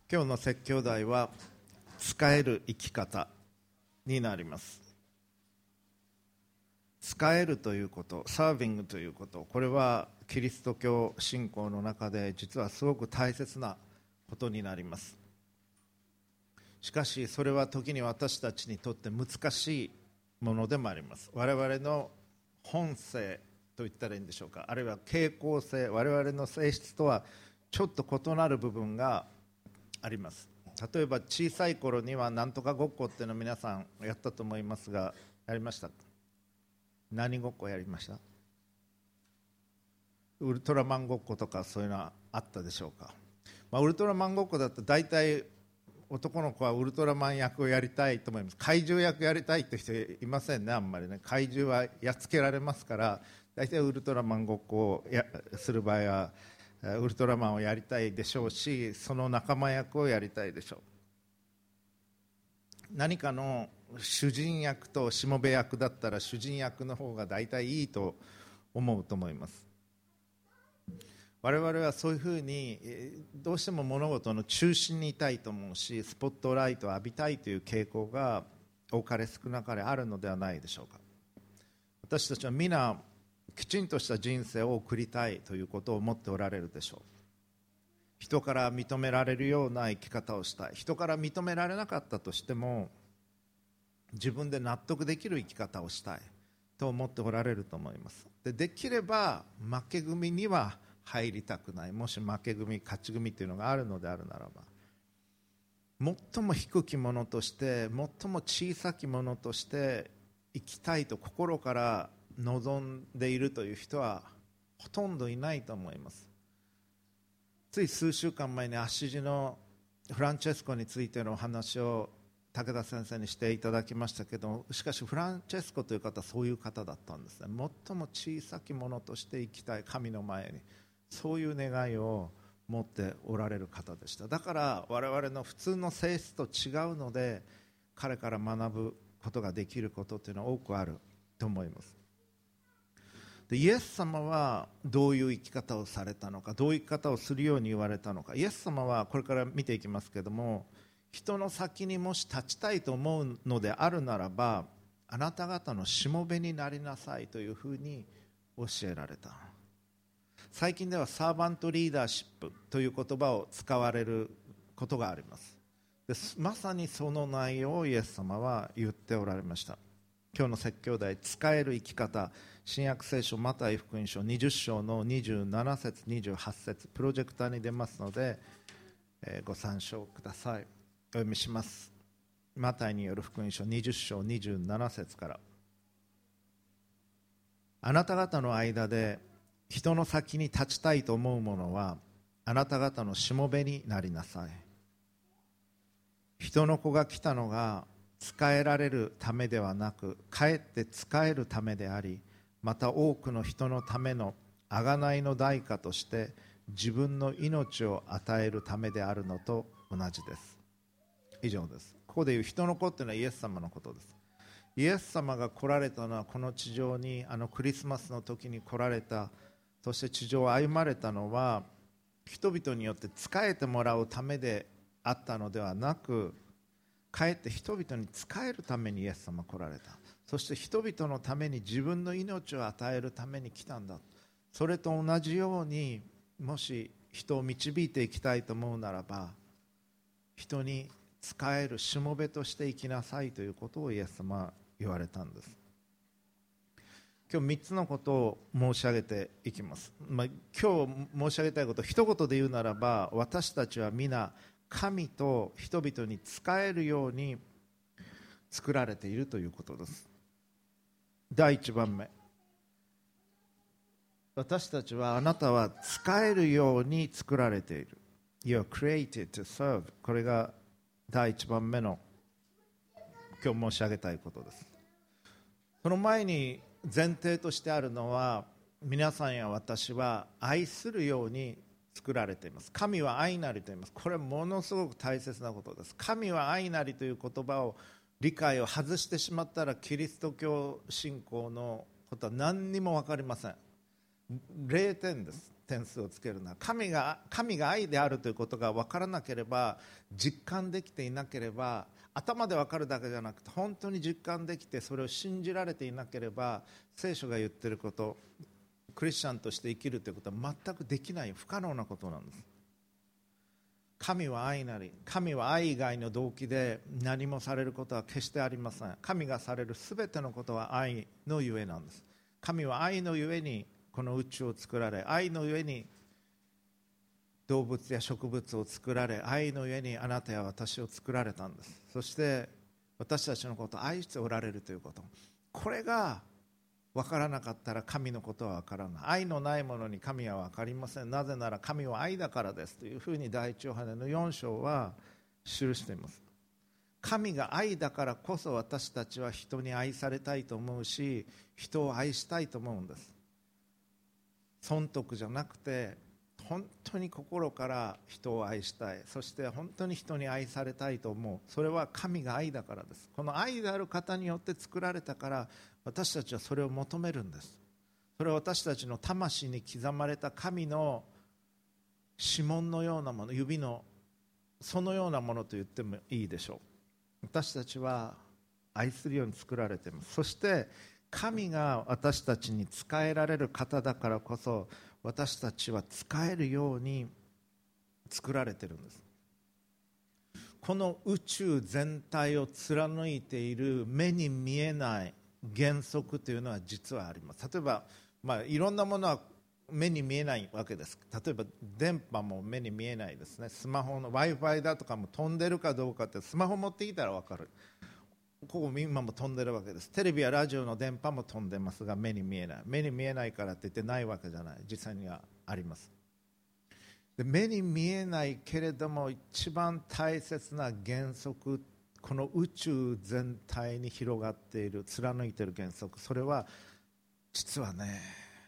今日の説教題は使える生き方になります。使えるということ、サービングということ、これはキリスト教信仰の中で実はすごく大切なことになります。しかしそれは時に私たちにとって難しいものでもあります。我々の本性と言ったらいいんでしょうか、あるいは傾向性、我々の性質とはちょっと異なる部分があります。例えば小さい頃にはなんとかごっこっていうのを皆さんやったと思いますが、やりましたか？何ごっこやりました？ウルトラマンごっことかそういうのはあったでしょうか？ウルトラマンごっこだと大体男の子はウルトラマン役をやりたいと思います。怪獣役やりたいって人いませんね、あんまりね。怪獣はやっつけられますから、大体ウルトラマンごっこをする場合はウルトラマンをやりたいでしょうし、その仲間役をやりたいでしょう。何かの主人役としもべ役だったら主人役の方が大体いいと思うと思います。我々はそういうふうにどうしても物事の中心にいたいと思うし、スポットライトを浴びたいという傾向が多かれ少なかれあるのではないでしょうか。私たちは皆きちんとした人生を送りたいということを思っておられるでしょう。人から認められるような生き方をしたい。人から認められなかったとしても自分で納得できる生き方をしたいと思っておられると思います。できれば負け組には入りたくない。もし負け組勝ち組というのがあるのであるならば、最も低きものとして最も小さきものとして生きたいと心から望んでいるという人はほとんどいないと思います。つい数週間前にアッシジのフランチェスコについてのお話を武田先生にしていただきましたけど、しかしフランチェスコという方はそういう方だったんですね。最も小さきものとして生きたい、神の前にそういう願いを持っておられる方でした。だから我々の普通の性質と違うので、彼から学ぶことができることというのは多くあると思います。でイエス様はどういう生き方をされたのか、どういう生き方をするように言われたのか。イエス様はこれから見ていきますけれども、人の先にもし立ちたいと思うのであるならば、あなた方のしもべになりなさいというふうに教えられた。最近ではサーバントリーダーシップという言葉を使われることがあります。でまさにその内容をイエス様は言っておられました。今日の説教題、使える生き方、新約聖書マタイ福音書20章の27節28節、プロジェクターに出ますので、ご参照ください。お読みします。マタイによる福音書20章27節から。あなた方の間で人の先に立ちたいと思う者はあなた方のしもべになりなさい。人の子が来たのが仕えられるためではなく、かえって仕えるためであり、また多くの人のための贖いの代価として自分の命を与えるためであるのと同じです。以上です。ここでいう人の子というのはイエス様のことです。イエス様が来られたのはこの地上に、クリスマスの時に来られた、そして地上を歩まれたのは人々によって仕えてもらうためであったのではなく、かえって人々に仕えるためにイエス様来られた。そして人々のために自分の命を与えるために来たんだ。それと同じように、もし人を導いていきたいと思うならば、人に仕えるしもべとして生きなさいということをイエス様は言われたんです。今日3つのことを申し上げていきます。今日申し上げたいことを一言で言うならば、私たちは皆神と人々に仕えるように作られているということです。第1番目、私たちは、あなたは仕えるように作られている。 You are created to serve。 これが第1番目の今日申し上げたいことです。その前に前提としてあるのは、皆さんや私は愛するように作られています。神は愛なりと言います。これはものすごく大切なことです。神は愛なりという言葉を理解を外してしまったら、キリスト教信仰のことは何にも分かりません。0点です。 点数をつけるのは、神が愛であるということが分からなければ、実感できていなければ、頭で分かるだけじゃなくて本当に実感できてそれを信じられていなければ、聖書が言っていること、クリスチャンとして生きるということは全くできない、不可能なことなんです。神は愛なり、神は愛以外の動機で何もされることは決してありません。神がされるすべてのことは愛のゆえなんです。神は愛のゆえにこの宇宙を作られ、愛のゆえに動物や植物を作られ、愛のゆえにあなたや私を作られたんです。そして私たちのことを愛しておられるということ、これが分からなかったら神のことは分からない。愛のないものに神は分かりません。なぜなら神は愛だからですというふうに第一ヨハネの4章は記しています。神が愛だからこそ私たちは人に愛されたいと思うし、人を愛したいと思うんです。損得じゃなくて本当に心から人を愛したい、そして本当に人に愛されたいと思う。それは神が愛だからです。この愛である方によって作られたから私たちはそれを求めるんです。それは私たちの魂に刻まれた神の指紋のようなもの、指のそのようなものと言ってもいいでしょう。私たちは愛するように作られています。そして神が私たちに仕えられる方だからこそ、私たちは仕えるように作られているんです。この宇宙全体を貫いている目に見えない原則というのは実はあります。例えば、いろんなものは目に見えないわけです。例えば電波も目に見えないですね。スマホの Wi-Fi だとかも飛んでるかどうかってスマホ持ってきたら分かる。ここ今も飛んでるわけです。テレビやラジオの電波も飛んでますが目に見えない。目に見えないからって言ってないわけじゃない。実際にはあります。で、目に見えないけれども一番大切な原則、この宇宙全体に広がっている、貫いている原則、それは実はね、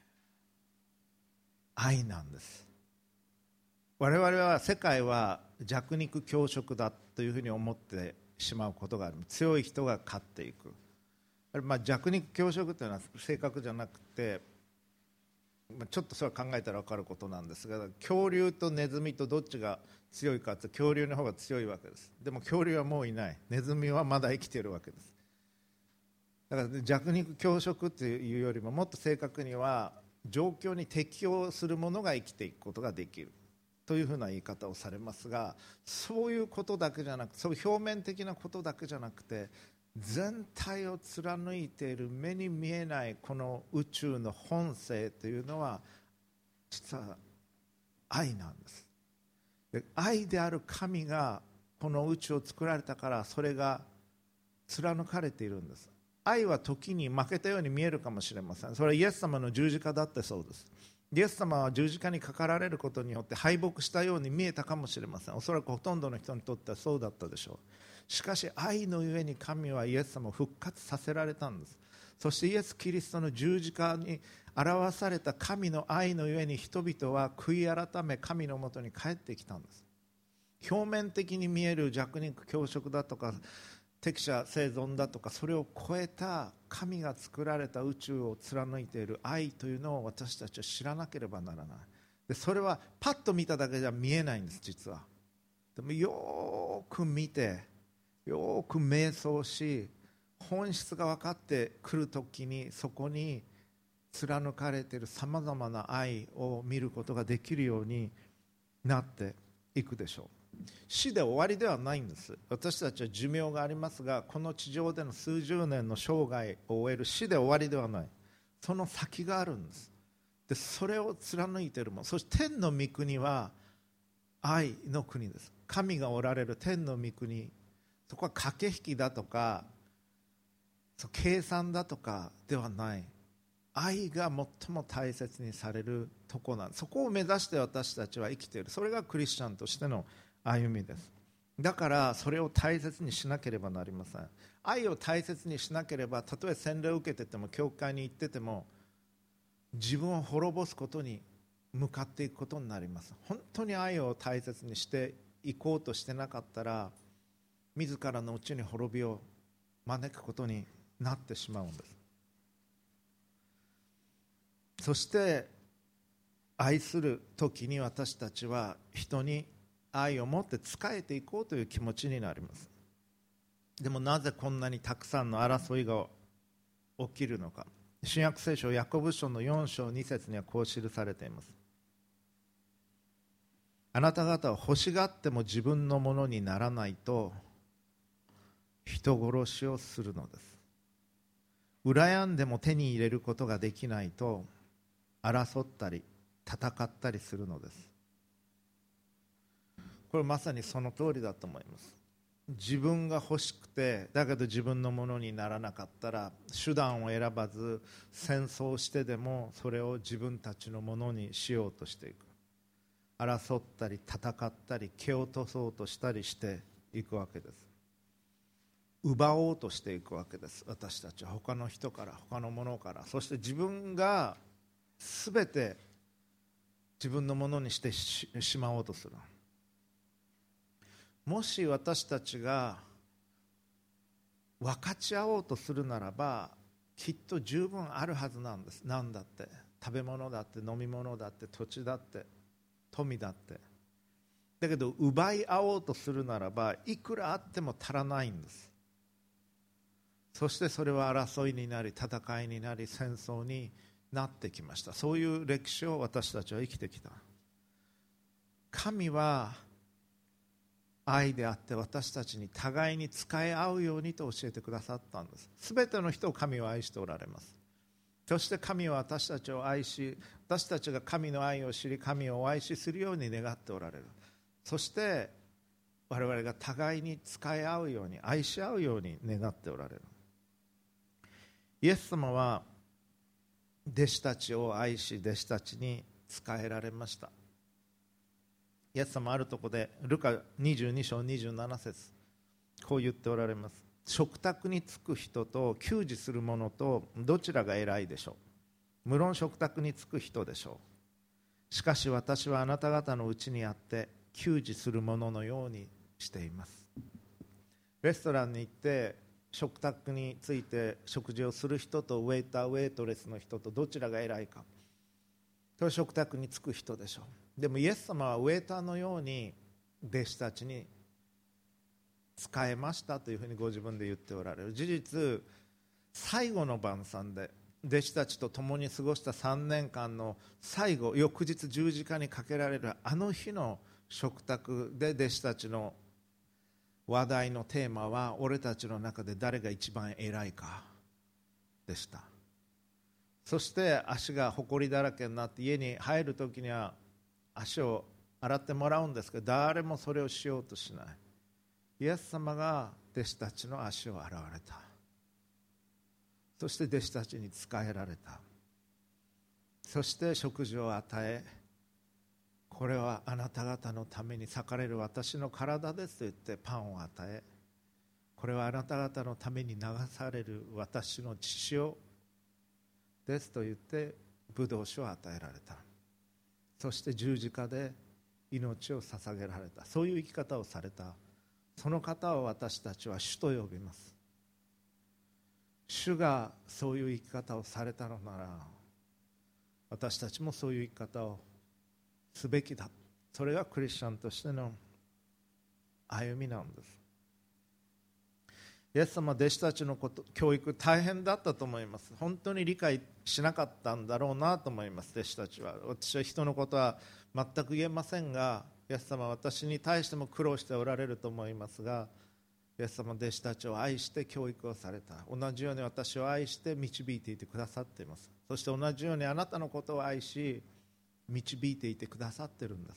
愛なんです。我々は世界は弱肉強食だというふうに思ってしまうことがある。強い人が勝っていく。弱肉強食というのは正確じゃなくて、ちょっとそれは考えたら分かることなんですが、恐竜とネズミとどっちが強いかって恐竜の方が強いわけです。でも恐竜はもういない。ネズミはまだ生きているわけです。だから弱肉強食というよりももっと正確には状況に適応するものが生きていくことができるというふうな言い方をされますが、そういうことだけじゃなくて、そういう表面的なことだけじゃなくて、全体を貫いている目に見えないこの宇宙の本性というのは実は愛なんです。で、愛である神がこの宇宙を作られたから、それが貫かれているんです。愛は時に負けたように見えるかもしれません。それはイエス様の十字架だってそうです。イエス様は十字架にかかられることによって敗北したように見えたかもしれません。おそらくほとんどの人にとってはそうだったでしょう。しかし愛のゆえに神はイエス様を復活させられたんです。そしてイエス・キリストの十字架に表された神の愛のゆえに人々は悔い改め神のもとに帰ってきたんです。表面的に見える弱肉強食だとか適者生存だとか、それを超えた神が作られた宇宙を貫いている愛というのを私たちは知らなければならない。で、それはパッと見ただけじゃ見えないんです。実はでもよく見て、よく瞑想し、本質が分かってくるときに、そこに貫かれているさまざまな愛を見ることができるようになっていくでしょう。死で終わりではないんです。私たちは寿命がありますが、この地上での数十年の生涯を終える死で終わりではない。その先があるんです。で、それを貫いているもの、そして天の御国は愛の国です。神がおられる天の御国、そこは駆け引きだとか計算だとかではない、愛が最も大切にされるところなんです。そこを目指して私たちは生きている。それがクリスチャンとしての歩みです。だからそれを大切にしなければなりません。愛を大切にしなければ、たとえ洗礼を受けてても教会に行ってても自分を滅ぼすことに向かっていくことになります。本当に愛を大切にしていこうとしてなかったら、自らのうちに滅びを招くことになってしまうんです。そして愛する時に私たちは人に愛を持って仕えていこうという気持ちになります。でもなぜこんなにたくさんの争いが起きるのか。新約聖書ヤコブ書の4章2節にはこう記されています。あなた方は欲しがっても自分のものにならないと人殺しをするのです。羨んでも手に入れることができないと争ったり戦ったりするのです。これまさにその通りだと思います。自分が欲しくてだけど自分のものにならなかったら手段を選ばず戦争してでもそれを自分たちのものにしようとしていく。争ったり戦ったり蹴落とそうとしたりしていくわけです。奪おうとしていくわけです。私たちは他の人から他のものから、そして自分が全て自分のものにしてしまおうとする。もし私たちが分かち合おうとするならばきっと十分あるはずなんです。何だって食べ物だって飲み物だって土地だって富だって。だけど奪い合おうとするならばいくらあっても足らないんです。そしてそれは争いになり戦いになり戦争になってきました。そういう歴史を私たちは生きてきた。神は愛であって私たちに互いに仕え合うようにと教えてくださったんです。すべての人を神は愛しておられます。そして神は私たちを愛し、私たちが神の愛を知り神をお愛しするように願っておられる。そして我々が互いに仕え合うように愛し合うように願っておられる。イエス様は弟子たちを愛し弟子たちに仕えられました。イエス様あるところでルカ22章27節こう言っておられます。食卓に着く人と給仕する者とどちらが偉いでしょう。無論食卓に着く人でしょう。しかし私はあなた方のうちにあって給仕する者のようにしています。レストランに行って食卓について食事をする人とウェイターウェイトレスの人とどちらが偉いか。それは食卓に着く人でしょう。でもイエス様はウェイターのように弟子たちに仕えましたというふうにご自分で言っておられる。事実最後の晩餐で弟子たちと共に過ごした3年間の最後、翌日十字架にかけられるあの日の食卓で弟子たちの話題のテーマは俺たちの中で誰が一番偉いかでした。そして足がほこりだらけになって家に入るときには足を洗ってもらうんですけど誰もそれをしようとしない。イエス様が弟子たちの足を洗われた。そして弟子たちに仕えられた。そして食事を与え、これはあなた方のために裂かれる私の体ですと言ってパンを与え、これはあなた方のために流される私の血潮ですと言ってブドウ酒を与えられた。そして十字架で命を捧げられた。そういう生き方をされた。その方を私たちは主と呼びます。主がそういう生き方をされたのなら私たちもそういう生き方をすべきだ。それがクリスチャンとしての歩みなんです。イエス様は弟子たちの教育大変だったと思います。本当に理解しなかったんだろうなと思います。弟子たちは。私は人のことは全く言えませんが、イエス様は私に対しても苦労しておられると思いますが、イエス様は弟子たちを愛して教育をされた。同じように私を愛して導いていてくださっています。そして同じようにあなたのことを愛し導いていてくださっているんです。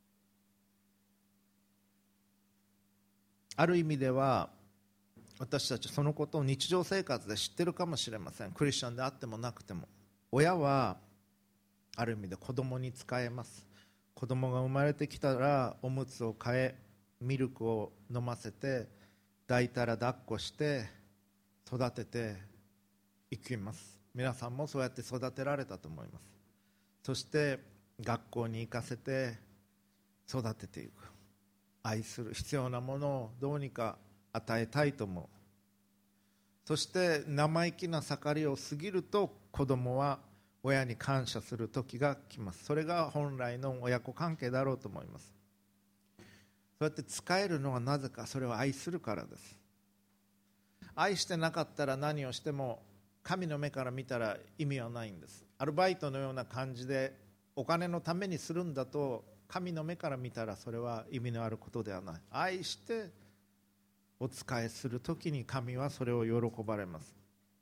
ある意味では私たちそのことを日常生活で知っているかもしれません。クリスチャンであってもなくても。親はある意味で子供に仕えます。子供が生まれてきたらおむつを替えミルクを飲ませて抱いたら抱っこして育てていきます。皆さんもそうやって育てられたと思います。そして学校に行かせて育てていく。愛する必要なものをどうにか与えたいと思う。そして生意気な盛りを過ぎると子供は親に感謝する時が来ます。それが本来の親子関係だろうと思います。そうやって使えるのはなぜか、それを愛するからです。愛してなかったら何をしても神の目から見たら意味はないんです。アルバイトのような感じでお金のためにするんだと、神の目から見たらそれは意味のあることではない。愛してお仕えするときに神はそれを喜ばれます。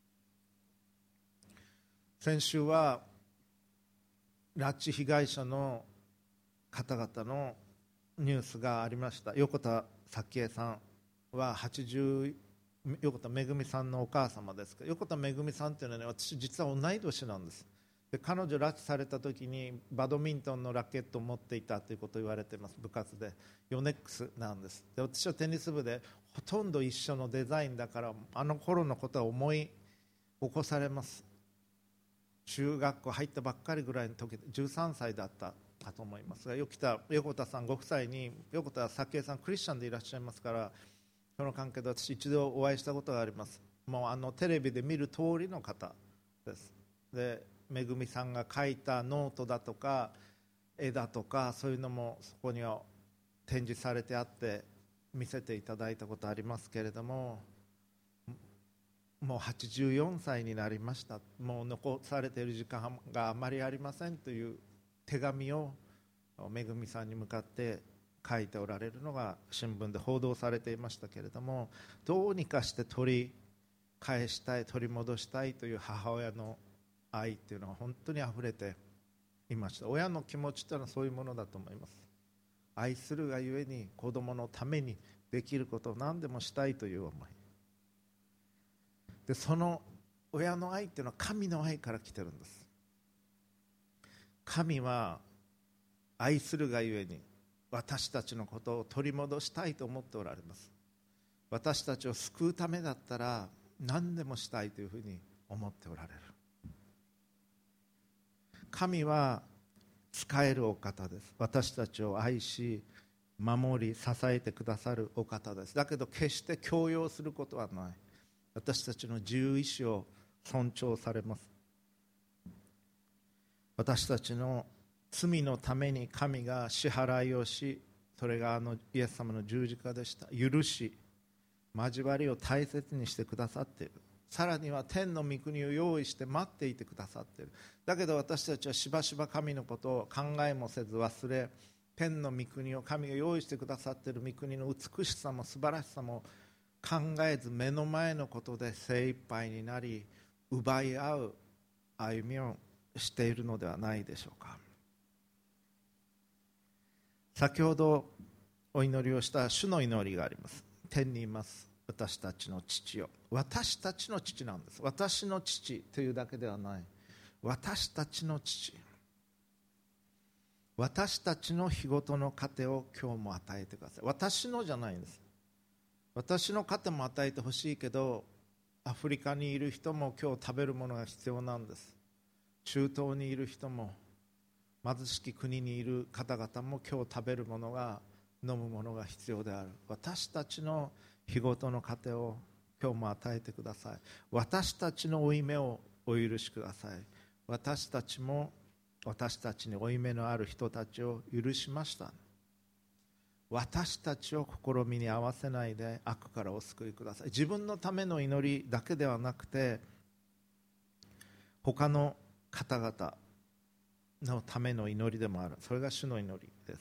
先週は拉致被害者の方々のニュースがありました。横田早紀江さんは横田めぐみさんのお母様ですけど、横田めぐみさんというのは、ね、私実は同い年なんです。で、彼女拉致された時にバドミントンのラケットを持っていたということを言われています。部活でヨネックスなんです。で、私はテニス部でほとんど一緒のデザインだから、あの頃のことは思い起こされます。中学校入ったばっかりぐらいの時、13歳だったかと思いますが、横田さんご夫妻に、横田早紀江さんクリスチャンでいらっしゃいますから、その関係で私一度お会いしたことがあります。もうテレビで見る通りの方です。で、めぐみさんが書いたノートだとか絵だとか、そういうのもそこには展示されてあって見せていただいたことありますけれども、もう84歳になりました、もう残されている時間があまりありませんという手紙をめぐみさんに向かって書いておられるのが新聞で報道されていましたけれども、どうにかして取り返したい、取り戻したいという母親の愛というのが本当にあふれていました。親の気持ちというのはそういうものだと思います。愛するがゆえに子供のためにできることを何でもしたいという思いで、その親の愛というのは神の愛から来てるんです。神は愛するがゆえに私たちのことを取り戻したいと思っておられます。私たちを救うためだったら何でもしたいというふうに思っておられる。神は使えるお方です。私たちを愛し守り支えてくださるお方です。だけど決して強要することはない。私たちの自由意志を尊重されます。私たちの罪のために神が支払いをし、それがイエス様の十字架でした。許し交わりを大切にしてくださっている。さらには天の御国を用意して待っていてくださっている。だけど私たちはしばしば神のことを考えもせず忘れ、天の御国を神が用意してくださっている御国の美しさも素晴らしさも考えず、目の前のことで精一杯になり奪い合う歩みをしているのではないでしょうか。先ほどお祈りをした主の祈りがあります。天にいます私たちの父よ。私たちの父なんです。私の父というだけではない。私たちの父、私たちの日ごとの糧を今日も与えてください。私のじゃないんです。私の糧も与えてほしいけど、アフリカにいる人も今日食べるものが必要なんです。中東にいる人も貧しき国にいる方々も今日食べるものが、飲むものが必要である。私たちの日ごとの糧を今日も与えてください。私たちの負い目をお許しください。私たちも私たちに負い目のある人たちを許しました。私たちを試みに合わせないで悪からお救いください。自分のための祈りだけではなくて、他の方々のための祈りでもある。それが主の祈りです。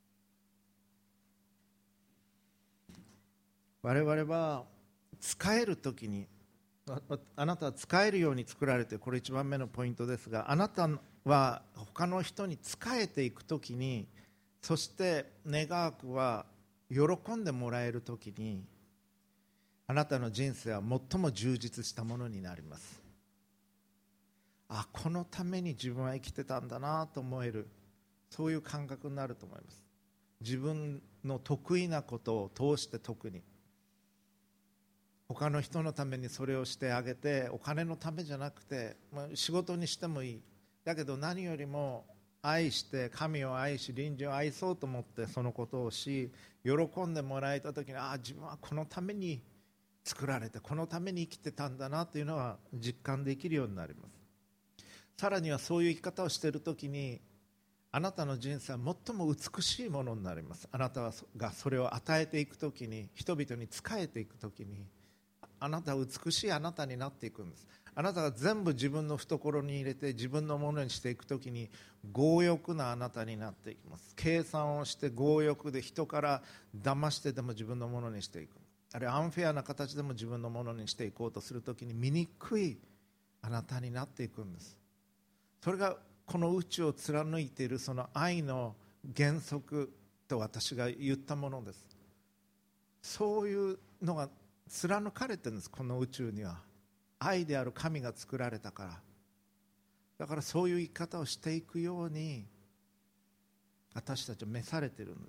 我々は使えるときに、あなたは使えるように作られている。これ1番目のポイントですが、あなたは他の人に仕えていくときに、そして願わくは喜んでもらえるときに、あなたの人生は最も充実したものになります。このために自分は生きてたんだなと思える、そういう感覚になると思います。自分の得意なことを通して、特に他の人のためにそれをしてあげて、お金のためじゃなくて、仕事にしてもいい。だけど何よりも愛して、神を愛し隣人を愛そうと思ってそのことをし、喜んでもらえた時に、自分はこのために作られて、このために生きてたんだなというのは実感できるようになります。 さらにはそういう生き方をしているときに、あなたの人生は最も美しいものになります。あなたがそれを与えていくときに、人々に仕えていくときに、あなたは美しいあなたになっていくんです。あなたが全部自分の懐に入れて自分のものにしていくときに、強欲なあなたになっていきます。計算をして強欲で人から騙してでも自分のものにしていく、あるいはアンフェアな形でも自分のものにしていこうとするときに、醜いあなたになっていくんです。それがこの宇宙を貫いているその愛の原則と私が言ったものです。そういうのが貫かれてるんです。この宇宙には愛である神が作られたから。だからそういう生き方をしていくように私たちは召されているんです。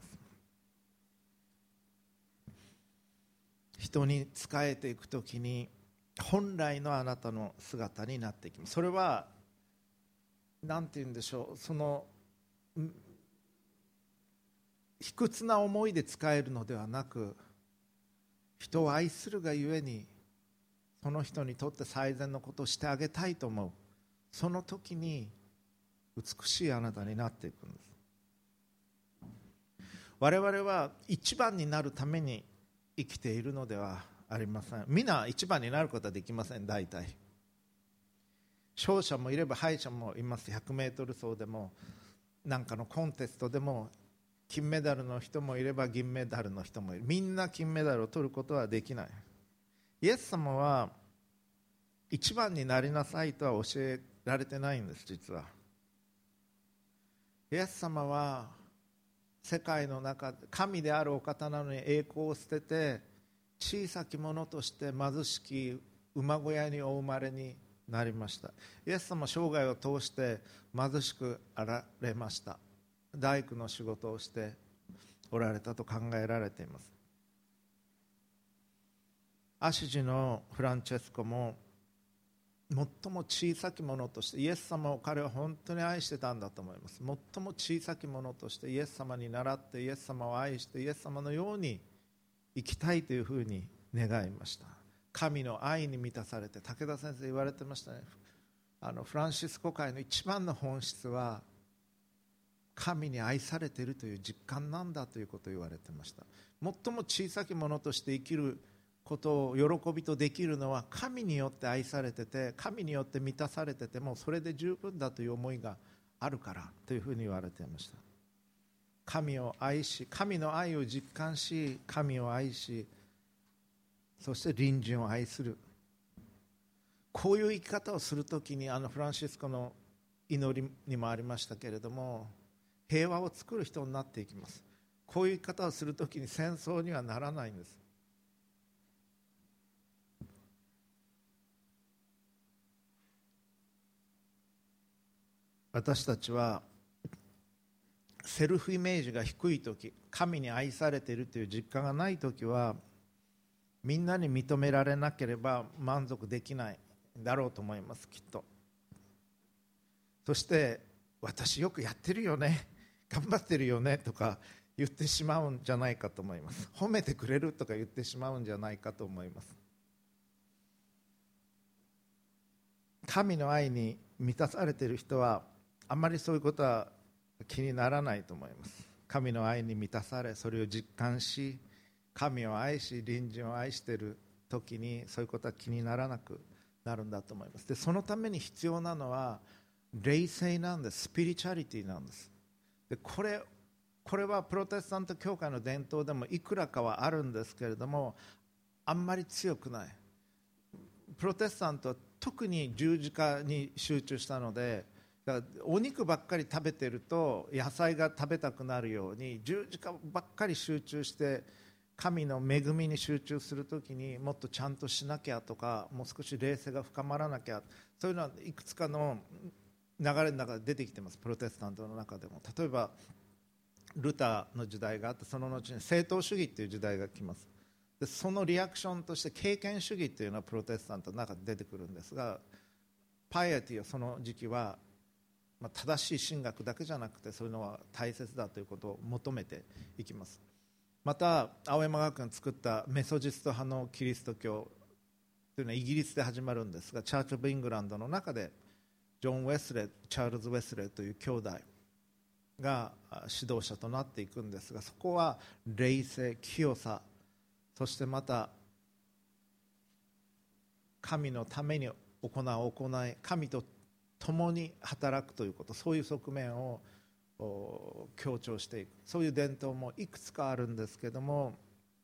人に仕えていくときに本来のあなたの姿になっていきます。それはなんて言うんでしょう、その卑屈な思いで仕えるのではなく、人を愛するがゆえにその人にとって最善のことをしてあげたいと思う。その時に美しいあなたになっていくんです。我々は一番になるために生きているのではありません。みんな一番になることはできません。大体勝者もいれば敗者もいます。100メートル走でもなんかのコンテストでも金メダルの人もいれば銀メダルの人もいる。みんな金メダルを取ることはできない。イエス様は一番になりなさいとは教えられてないんです。実はイエス様は世界の中で神であるお方なのに栄光を捨てて小さき者として貧しき馬小屋にお生まれになりました。イエス様生涯を通して貧しくあられました。大工の仕事をしておられたと考えられています。アシジのフランチェスコも最も小さき者として、イエス様を彼は本当に愛してたんだと思います。最も小さき者としてイエス様に倣ってイエス様を愛してイエス様のように生きたいというふうに願いました。神の愛に満たされて、武田先生言われてましたね。フランシスコ会の一番の本質は神に愛されているという実感なんだということを言われてました。最も小さき者として生きることを喜びとできるのは神によって愛されてて、神によって満たされててもそれで十分だという思いがあるからというふうに言われていました。神を愛し、神の愛を実感し、神を愛し、そして隣人を愛する、こういう生き方をするときに、フランシスコの祈りにもありましたけれども、平和を作る人になっていきます。こういう生き方をするときに戦争にはならないんです。私たちはセルフイメージが低いとき、神に愛されているという実感がないときは、みんなに認められなければ満足できないだろうと思います。きっと。そして私よくやってるよね、頑張ってるよねとか言ってしまうんじゃないかと思います。褒めてくれるとか言ってしまうんじゃないかと思います。神の愛に満たされている人はあまりそういうことは気にならないと思います。神の愛に満たされ、それを実感し、神を愛し隣人を愛している時にそういうことは気にならなくなるんだと思います。で、そのために必要なのは霊性なんです。スピリチュアリティなんです。で、これはプロテスタント教会の伝統でもいくらかはあるんですけれども、あんまり強くない。プロテスタントは特に十字架に集中したので、だからお肉ばっかり食べてると野菜が食べたくなるように、十字架ばっかり集中して神の恵みに集中するときに、もっとちゃんとしなきゃとか、もう少し霊性が深まらなきゃ、そういうのはいくつかの流れの中で出てきてます。プロテスタントの中でも。例えばルターの時代があって、その後に正統主義という時代が来ます。で、そのリアクションとして経験主義というのはプロテスタントの中で出てくるんですが、パイエティはその時期は正しい神学だけじゃなくて、そういうのは大切だということを求めていきます。また青山学院が作ったメソジスト派のキリスト教というのはイギリスで始まるんですが、チャーチ・オブ・イングランドの中でジョン・ウェスレー、チャールズ・ウェスレーという兄弟が指導者となっていくんですが、そこは霊性、清さ、そしてまた神のために行い、神と共に働くということ、そういう側面を強調していく、そういう伝統もいくつかあるんですけども、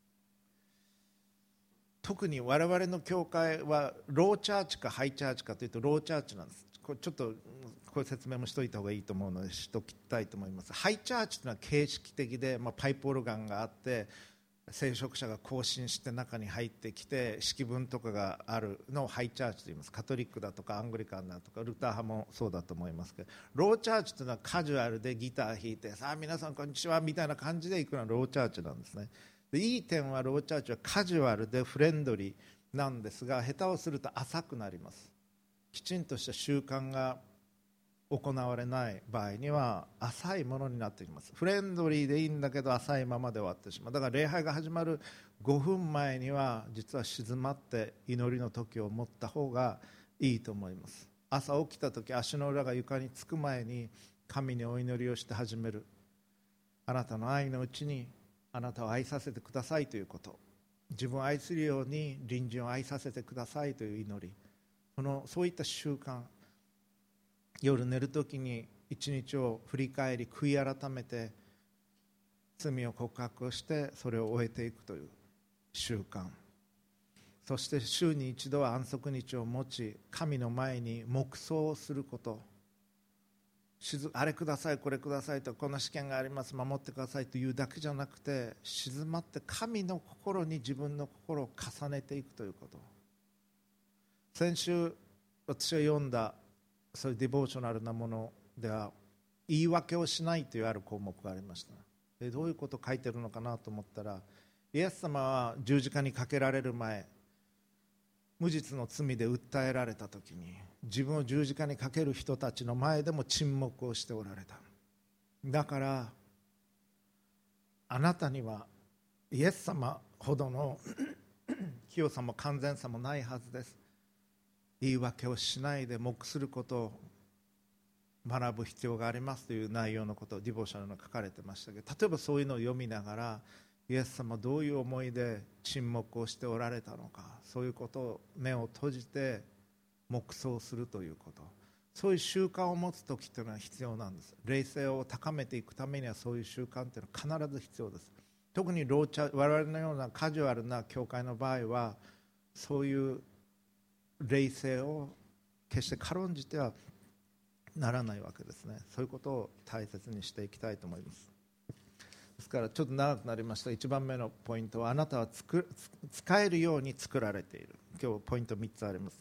特に我々の教会はローチャーチかハイチャーチかというとローチャーチなんです。これちょっとこういう説明もしておいた方がいいと思うのでしておきたいと思います。ハイチャーチというのは形式的で、パイプオルガンがあって聖職者が行進して中に入ってきて式文とかがあるのをハイチャーチと言います。カトリックだとかアングリカンだとかルター派もそうだと思いますけど、ローチャーチというのはカジュアルでギター弾いて、さあ皆さんこんにちはみたいな感じで行くのはローチャーチなんですね。でいい点はローチャーチはカジュアルでフレンドリーなんですが、下手をすると浅くなります。きちんとした習慣が行われない場合には浅いものになってきます。フレンドリーでいいんだけど浅いままで終わってしまう。だから礼拝が始まる5分前には実は静まって祈りの時を持った方がいいと思います。朝起きた時足の裏が床につく前に神にお祈りをして始める。あなたの愛のうちにあなたを愛させてくださいということ、自分を愛するように隣人を愛させてくださいという祈り、そういった習慣、夜寝るときに一日を振り返り悔い改めて罪を告白してそれを終えていくという習慣、そして週に一度は安息日を持ち神の前に黙想をすること、あれくださいこれくださいと、こんな試験があります守ってくださいというだけじゃなくて、静まって神の心に自分の心を重ねていくということ。先週私が読んだそういうディボーショナルなものでは言い訳をしないというある項目がありました。でどういうことを書いてるのかなと思ったら、イエス様は十字架にかけられる前、無実の罪で訴えられた時に自分を十字架にかける人たちの前でも沈黙をしておられた。だからあなたにはイエス様ほどの清さも完全さもないはずです。言い訳をしないで黙することを学ぶ必要がありますという内容のことをディボーショナルに書かれてましたけど、例えばそういうのを読みながらイエス様どういう思いで沈黙をしておられたのか、そういうことを目を閉じて黙想するということ、そういう習慣を持つ時というのは必要なんです。霊性を高めていくためにはそういう習慣というのは必ず必要です。特に我々のようなカジュアルな教会の場合はそういう霊性を決して軽んじてはならないわけですね。そういうことを大切にしていきたいと思います。ですからちょっと長くなりました。1番目のポイントは、あなたは使えるように作られている。今日ポイント3つあります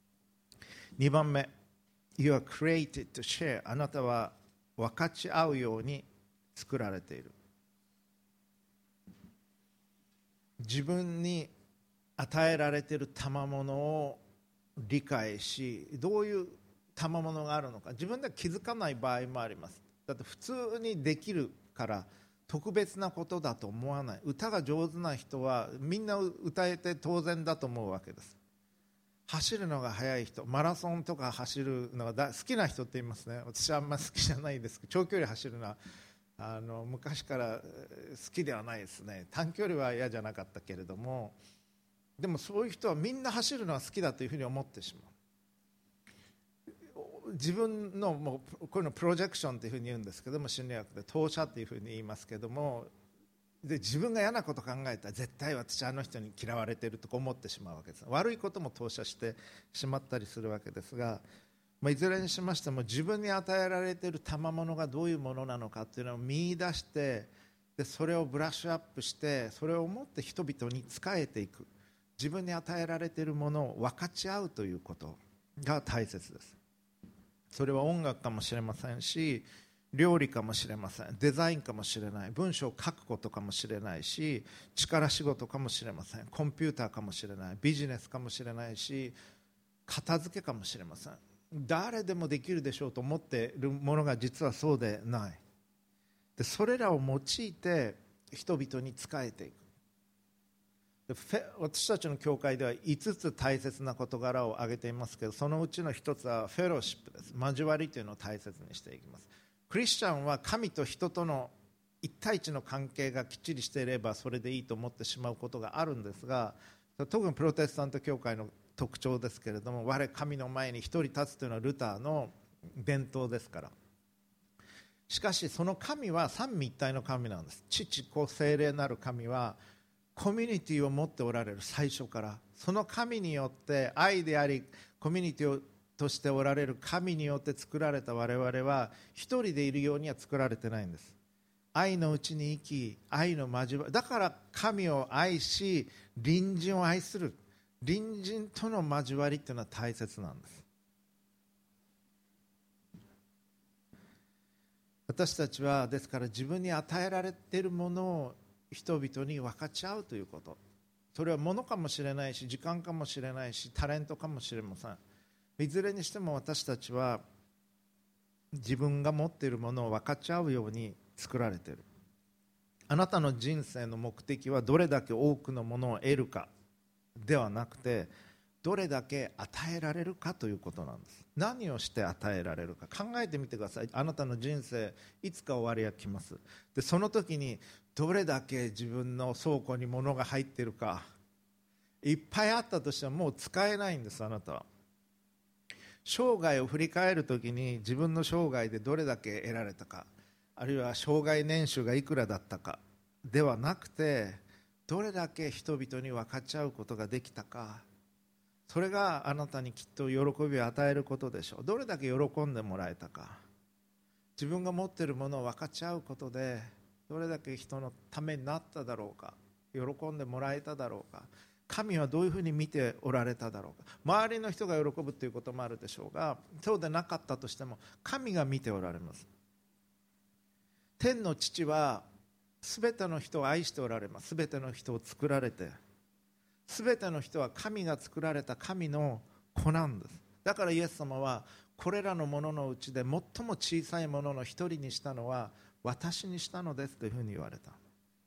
。2番目、 You are created to share。 あなたは分かち合うように作られている。自分に与えられている賜物を理解し、どういう賜物があるのか自分では気づかない場合もあります。だって普通にできるから特別なことだと思わない。歌が上手な人はみんな歌えて当然だと思うわけです。走るのが速い人、マラソンとか走るのが好きな人って言いますね。私はあんまり好きじゃないですけど、長距離走るのは昔から好きではないですね。短距離は嫌じゃなかったけれども、でもそういう人はみんな走るのは好きだというふうに思ってしまう。自分のもうこういうのプロジェクションというふうに言うんですけども、心理学で投射というふうに言いますけども、で自分が嫌なこと考えたら絶対私あの人に嫌われているとか思ってしまうわけです。悪いことも投射してしまったりするわけですが、いずれにしましても自分に与えられている賜物がどういうものなのかというのを見出して、でそれをブラッシュアップして、それを持って人々に仕えていく。自分に与えられているものを分かち合うということが大切です。それは音楽かもしれませんし、料理かもしれません、デザインかもしれない、文章を書くことかもしれないし、力仕事かもしれません、コンピューターかもしれない、ビジネスかもしれないし、片付けかもしれません。誰でもできるでしょうと思っているものが実はそうでない。でそれらを用いて人々に仕えていく。 私たちの教会では5つ大切な事柄を挙げていますけど、そのうちの1つはフェローシップです。交わりというのを大切にしていきます。クリスチャンは神と人との一対一の関係がきっちりしていればそれでいいと思ってしまうことがあるんですが、特にプロテスタント教会の特徴ですけれども、我神の前に一人立つというのはルターの伝統ですから。しかしその神は三位一体の神なんです。父子聖霊なる神はコミュニティを持っておられる。最初からその神によって愛でありコミュニティとしておられる神によって作られた我々は一人でいるようには作られてないんです。愛のうちに生き、愛の交わりだから神を愛し隣人を愛する、隣人との交わりというのは大切なんです。私たちはですから自分に与えられているものを人々に分かち合うということ、それは物かもしれないし時間かもしれないしタレントかもしれません。いずれにしても私たちは自分が持っているものを分かち合うように作られている。あなたの人生の目的はどれだけ多くのものを得るかではなくて、どれだけ与えられるかということなんです。何をして与えられるか考えてみてください。あなたの人生いつか終わりが来ます。でその時にどれだけ自分の倉庫に物が入っているか、いっぱいあったとしてももう使えないんです。あなたは生涯を振り返る時に自分の生涯でどれだけ得られたか、あるいは生涯年収がいくらだったかではなくて、どれだけ人々に分かち合うことができたか、それがあなたにきっと喜びを与えることでしょう。どれだけ喜んでもらえたか、自分が持っているものを分かち合うことでどれだけ人のためになっただろうか、喜んでもらえただろうか、神はどういうふうに見ておられただろうか。周りの人が喜ぶということもあるでしょうが、そうでなかったとしても神が見ておられます。天の父はすべての人を愛しておられます。すべての人を作られて、すべての人は神が作られた神の子なんです。だからイエス様はこれらのもののうちで最も小さいものの一人にしたのは私にしたのですというふうに言われた。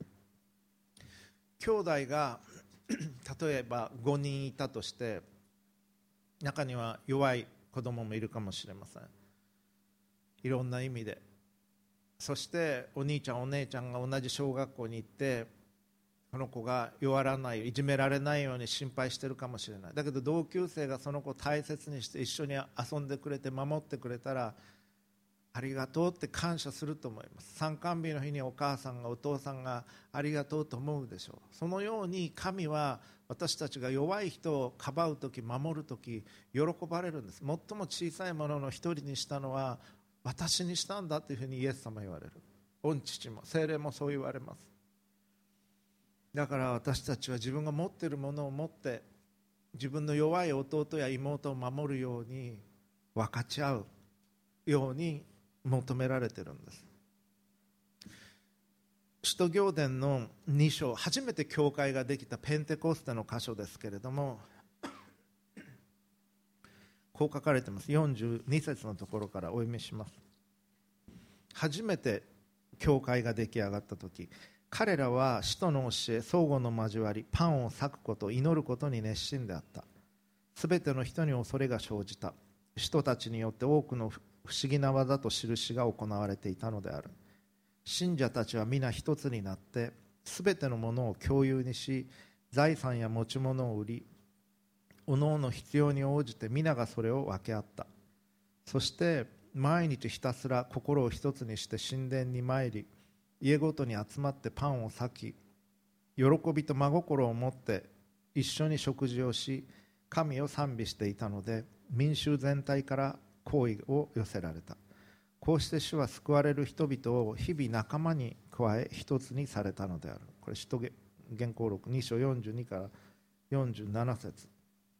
兄弟が例えば5人いたとして、中には弱い子供もいるかもしれません。いろんな意味で。そしてお兄ちゃんお姉ちゃんが同じ小学校に行って、この子が弱らない、いじめられないように心配してるかもしれない。だけど同級生がその子を大切にして一緒に遊んでくれて守ってくれたら、ありがとうって感謝すると思います。参観日の日にお母さんがお父さんがありがとうと思うでしょう。そのように神は私たちが弱い人をかばうとき、守るとき喜ばれるんです。最も小さいものの一人にしたのは私にしたんだというふうにイエス様は言われる。御父も聖霊もそう言われます。だから私たちは自分が持っているものを持って自分の弱い弟や妹を守るように分かち合うように求められているんです。使徒行伝の2章、初めて教会ができたペンテコステの箇所ですけれども、こう書かれています。42節のところからお読みします。初めて教会が出来上がった時、彼らは使徒の教え、相互の交わり、パンを裂くこと、祈ることに熱心であった。すべての人に恐れが生じた。使徒たちによって多くの不思議な技と印が行われていたのである。信者たちは皆一つになってすべてのものを共有にし、財産や持ち物を売り、おのおの必要に応じて皆がそれを分け合った。そして毎日ひたすら心を一つにして神殿に参り、家ごとに集まってパンを裂き、喜びと真心を持って一緒に食事をし、神を賛美していたので、民衆全体から好意を寄せられた。こうして主は救われる人々を日々仲間に加え一つにされたのである。これ使徒言行録2章42から47節。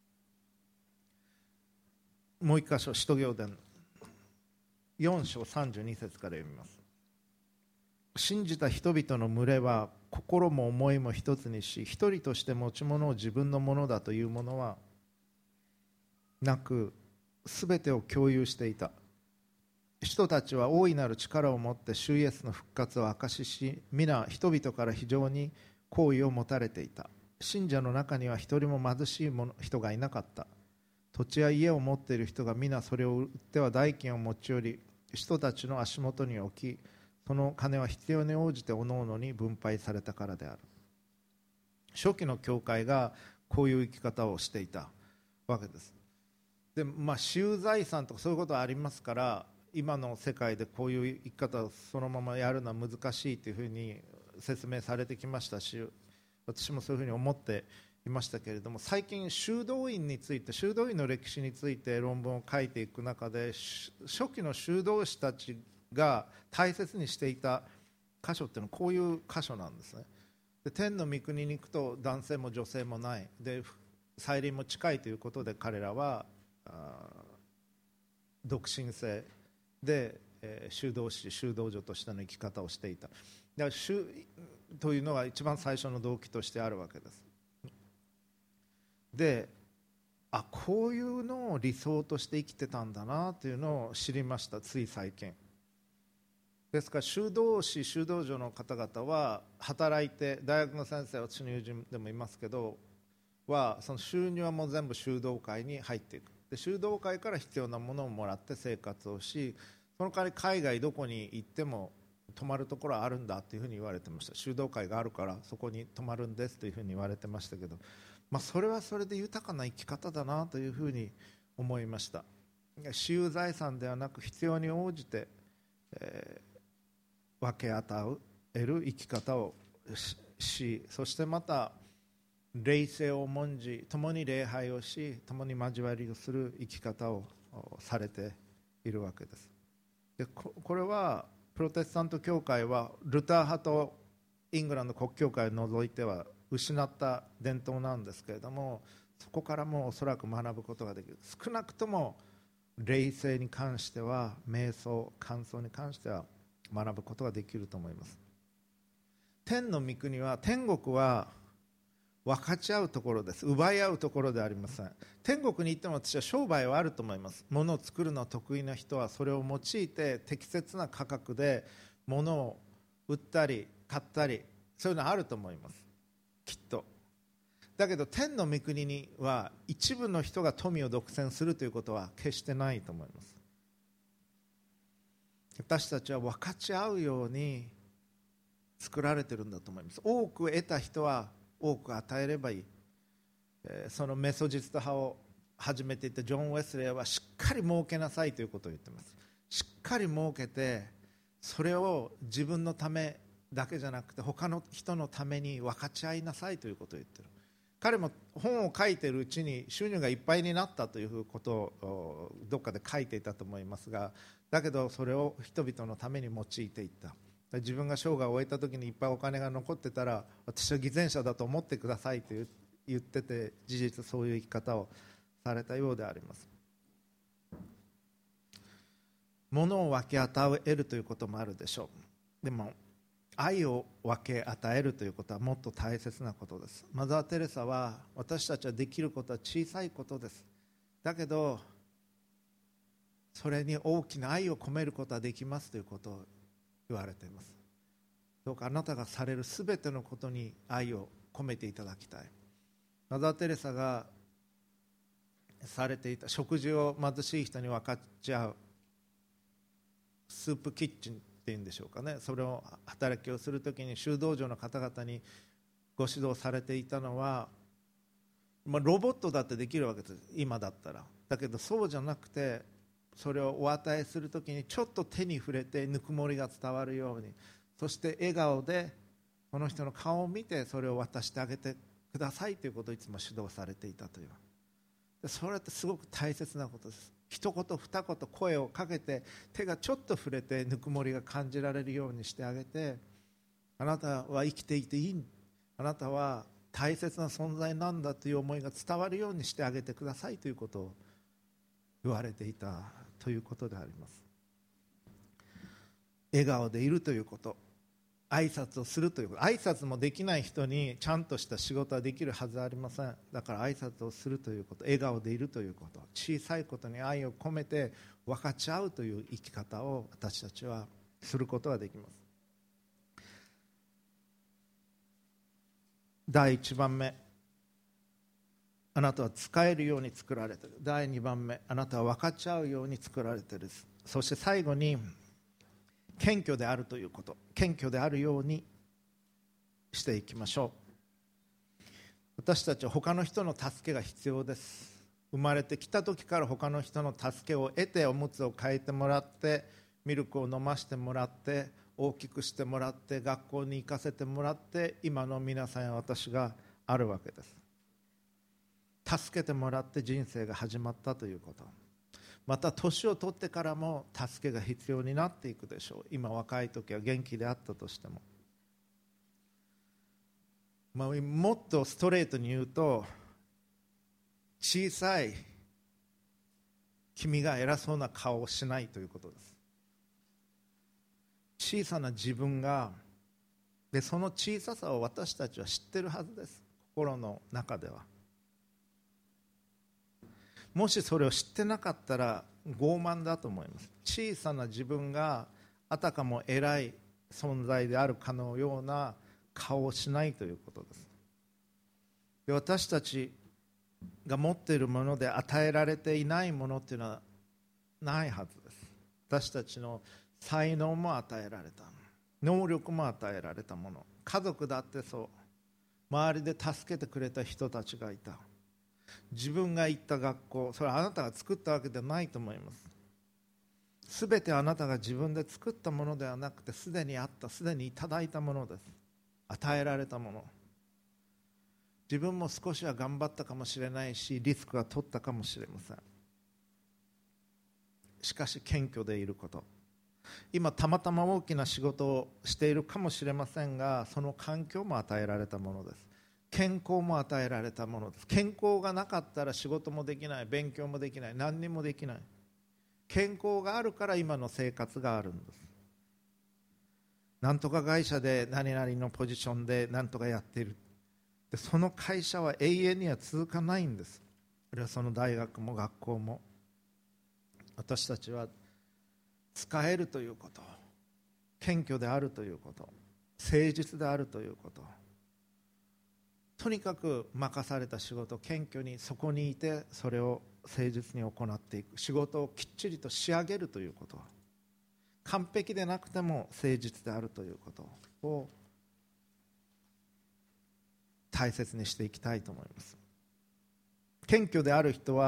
もう一箇所、使徒行伝4章32節から読みます。信じた人々の群れは心も思いも一つにし、一人として持ち物を自分のものだというものはなく、すべてを共有していた。人たちは大いなる力を持って主イエスの復活を証しし、皆人々から非常に好意を持たれていた。 信者の中には一人も貧しい人がいなかった。土地や家を持っている人が皆それを売っては代金を持ち寄り、人たちの足元に置き、その金は必要に応じて各々に分配されたからである。初期の教会がこういう生き方をしていたわけです。で、私有財産とかそういうことはありますから、今の世界でこういう生き方をそのままやるのは難しいというふうに説明されてきましたし、私もそういうふうに思っていましたけれども、最近修道院について、修道院の歴史について論文を書いていく中で、初期の修道士たちが大切にしていた箇所っていうのはこういう箇所なんですね。で、天の御国に行くと男性も女性もないで、再臨も近いということで、彼らは独身制で、修道士修道女としての生き方をしていた。だからというのが一番最初の動機としてあるわけです。で、こういうのを理想として生きてたんだなというのを知りました、つい最近。ですから修道士修道女の方々は働いて、大学の先生、私の友人でもいますけどは、その収入はもう全部修道会に入っていく。で、修道会から必要なものをもらって生活をし、その代わり海外どこに行っても泊まるところはあるんだというふうに言われてました。修道会があるからそこに泊まるんですというふうに言われてましたけど、それはそれで豊かな生き方だなというふうに思いました。私有財産ではなく、必要に応じて、分け与える生き方をし、そしてまた霊性を重んじ、共に礼拝をし、共に交わりをする生き方をされているわけです。で、これはプロテスタント教会はルター派とイングランド国教会を除いては失った伝統なんですけれども、そこからもおそらく学ぶことができる。少なくとも霊性に関しては、瞑想観想に関しては学ぶことができると思います。天の御国は、天国は分かち合うところです。奪い合うところではありません。天国に行っても私は商売はあると思います。物を作るの得意な人はそれを用いて適切な価格で物を売ったり買ったり、そういうのはあると思います、きっと。だけど天の御国には一部の人が富を独占するということは決してないと思います。私たちは分かち合うように作られているんだと思います。多く得た人は多く与えればいい。そのメソジスト派を始めていたジョン・ウェスレーは、しっかり儲けなさいということを言っています。しっかり儲けて、それを自分のためだけじゃなくて他の人のために分かち合いなさいということを言っている。彼も本を書いているうちに収入がいっぱいになったということをどっかで書いていたと思いますが、だけどそれを人々のために用いていった。自分が生涯を終えた時にいっぱいお金が残ってたら、私は偽善者だと思ってくださいと言ってて、事実そういう生き方をされたようであります。物を分け与えるということもあるでしょう。でも愛を分け与えるということはもっと大切なことです。マザー・テレサは、私たちはできることは小さいことです。だけどそれに大きな愛を込めることはできますということを言われています。どうかあなたがされるすべてのことに愛を込めていただきたい。マザー・テレサがされていた食事を貧しい人に分かち合うスープキッチンっていうんでしょうかね、それを働きをするときに修道場の方々にご指導されていたのは、ロボットだってできるわけです、今だったら。だけどそうじゃなくて、それをお与えするときにちょっと手に触れてぬくもりが伝わるように、そして笑顔でこの人の顔を見てそれを渡してあげてくださいということをいつも指導されていたという。それってすごく大切なことです。一言二言声をかけて、手がちょっと触れてぬくもりが感じられるようにしてあげて、あなたは生きていていい、あなたは大切な存在なんだという思いが伝わるようにしてあげてくださいということを言われていたということであります。笑顔でいるということ、挨拶をするということ、挨拶もできない人にちゃんとした仕事はできるはずありません。だから挨拶をするということ、笑顔でいるということ、小さいことに愛を込めて分かち合うという生き方を私たちはすることができます。第1番目、 あなたは使えるように作られている。第2番目、あなたは分かち合うように作られている。そして最後に、謙虚であるということ、謙虚であるようにしていきましょう。私たちは他の人の助けが必要です。生まれてきた時から他の人の助けを得て、おむつを替えてもらって、ミルクを飲ませてもらって、大きくしてもらって、学校に行かせてもらって、今の皆さんや私があるわけです。助けてもらって人生が始まったということ。また年を取ってからも助けが必要になっていくでしょう。今若い時は元気であったとしても、もっとストレートに言うと、小さい君が偉そうな顔をしないということです。小さな自分がで、その小ささを私たちは知ってるはずです。心の中では。もしそれを知ってなかったら傲慢だと思います。小さな自分があたかも偉い存在であるかのような顔をしないということです。で、私たちが持っているもので与えられていないものっていうのはないはずです。私たちの才能も与えられた、能力も与えられたもの、家族だってそう、周りで助けてくれた人たちがいた。自分が行った学校、それはあなたが作ったわけではないと思います。すべてあなたが自分で作ったものではなくて、すでにあった、すでにいただいたものです。与えられたもの。自分も少しは頑張ったかもしれないし、リスクは取ったかもしれません。しかし謙虚でいること、今たまたま大きな仕事をしているかもしれませんが、その環境も与えられたものです。健康も与えられたものです。健康がなかったら仕事もできない、勉強もできない、何にもできない。健康があるから今の生活があるんです。なんとか会社で何々のポジションで何とかやっている。で、その会社は永遠には続かないんです。あるいはその大学も学校も。私たちは使えるということ、謙虚であるということ、誠実であるということ、とにかく任された仕事を謙虚にそこにいて、それを誠実に行っていく、仕事をきっちりと仕上げるということ、完璧でなくても誠実であるということを大切にしていきたいと思います。謙虚である人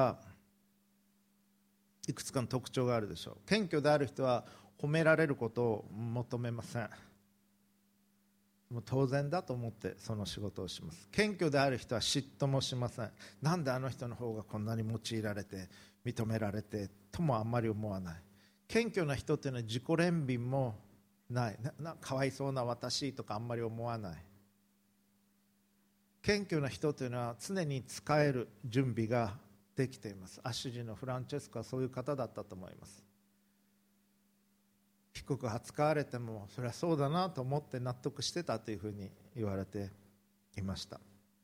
はいくつかの特徴があるでしょう。謙虚である人は褒められることを求めません。もう当然だと思ってその仕事をします。謙虚である人は嫉妬もしません。なんであの人の方がこんなに用いられて認められてともあんまり思わない。謙虚な人というのは自己憐憫もない。かわいそうな私とかあんまり思わない。謙虚な人というのは常に仕える準備ができています。アッシュ人のフランチェスコはそういう方だったと思います。低く扱われてもそれはそうだなと思って納得してたというふうに言われていました。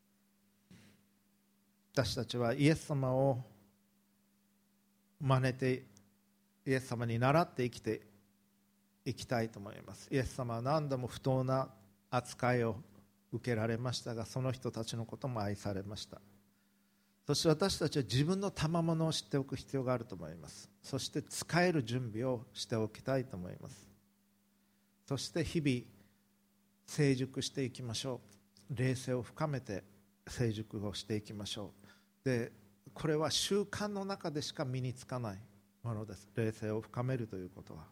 私たちはイエス様を真似て、イエス様に倣って生きていきたいと思います。イエス様は何度も不当な扱いを受けられましたが、その人たちのことも愛されました。そして私たちは自分の賜物を知っておく必要があると思います。そして使える準備をしておきたいと思います。そして日々成熟していきましょう。霊性を深めて成熟をしていきましょう。で、これは習慣の中でしか身につかないものです。霊性を深めるということは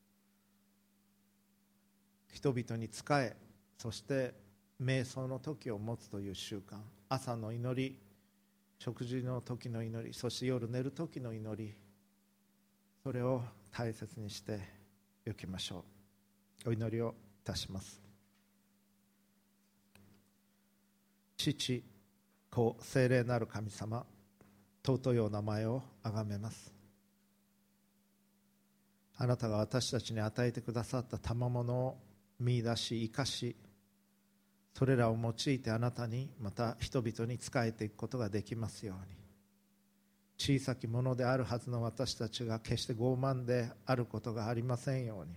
人々に仕え、そして瞑想の時を持つという習慣、朝の祈り、食事の時の祈り、そして夜寝る時の祈り、それを大切にしていきましょう。お祈りをいたします。父、子、聖霊なる神様、尊いお名前をあがめます。あなたが私たちに与えてくださった賜物を見出し生かし、それらを用いてあなたにまた人々に仕えていくことができますように。小さきものであるはずの私たちが決して傲慢であることがありませんように、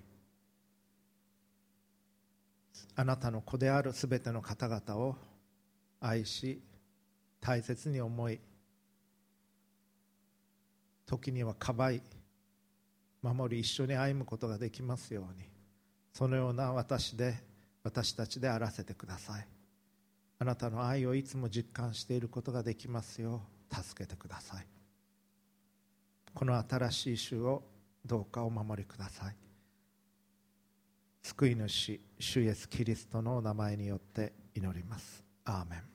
あなたの子であるすべての方々を愛し大切に思い、時にはかばい守り、一緒に歩むことができますように、そのような私たちであらせてください。あなたの愛をいつも実感していることができますよう助けてください。この新しい週をどうかお守りください。救い主主イエスキリストのお名前によって祈ります。アーメン。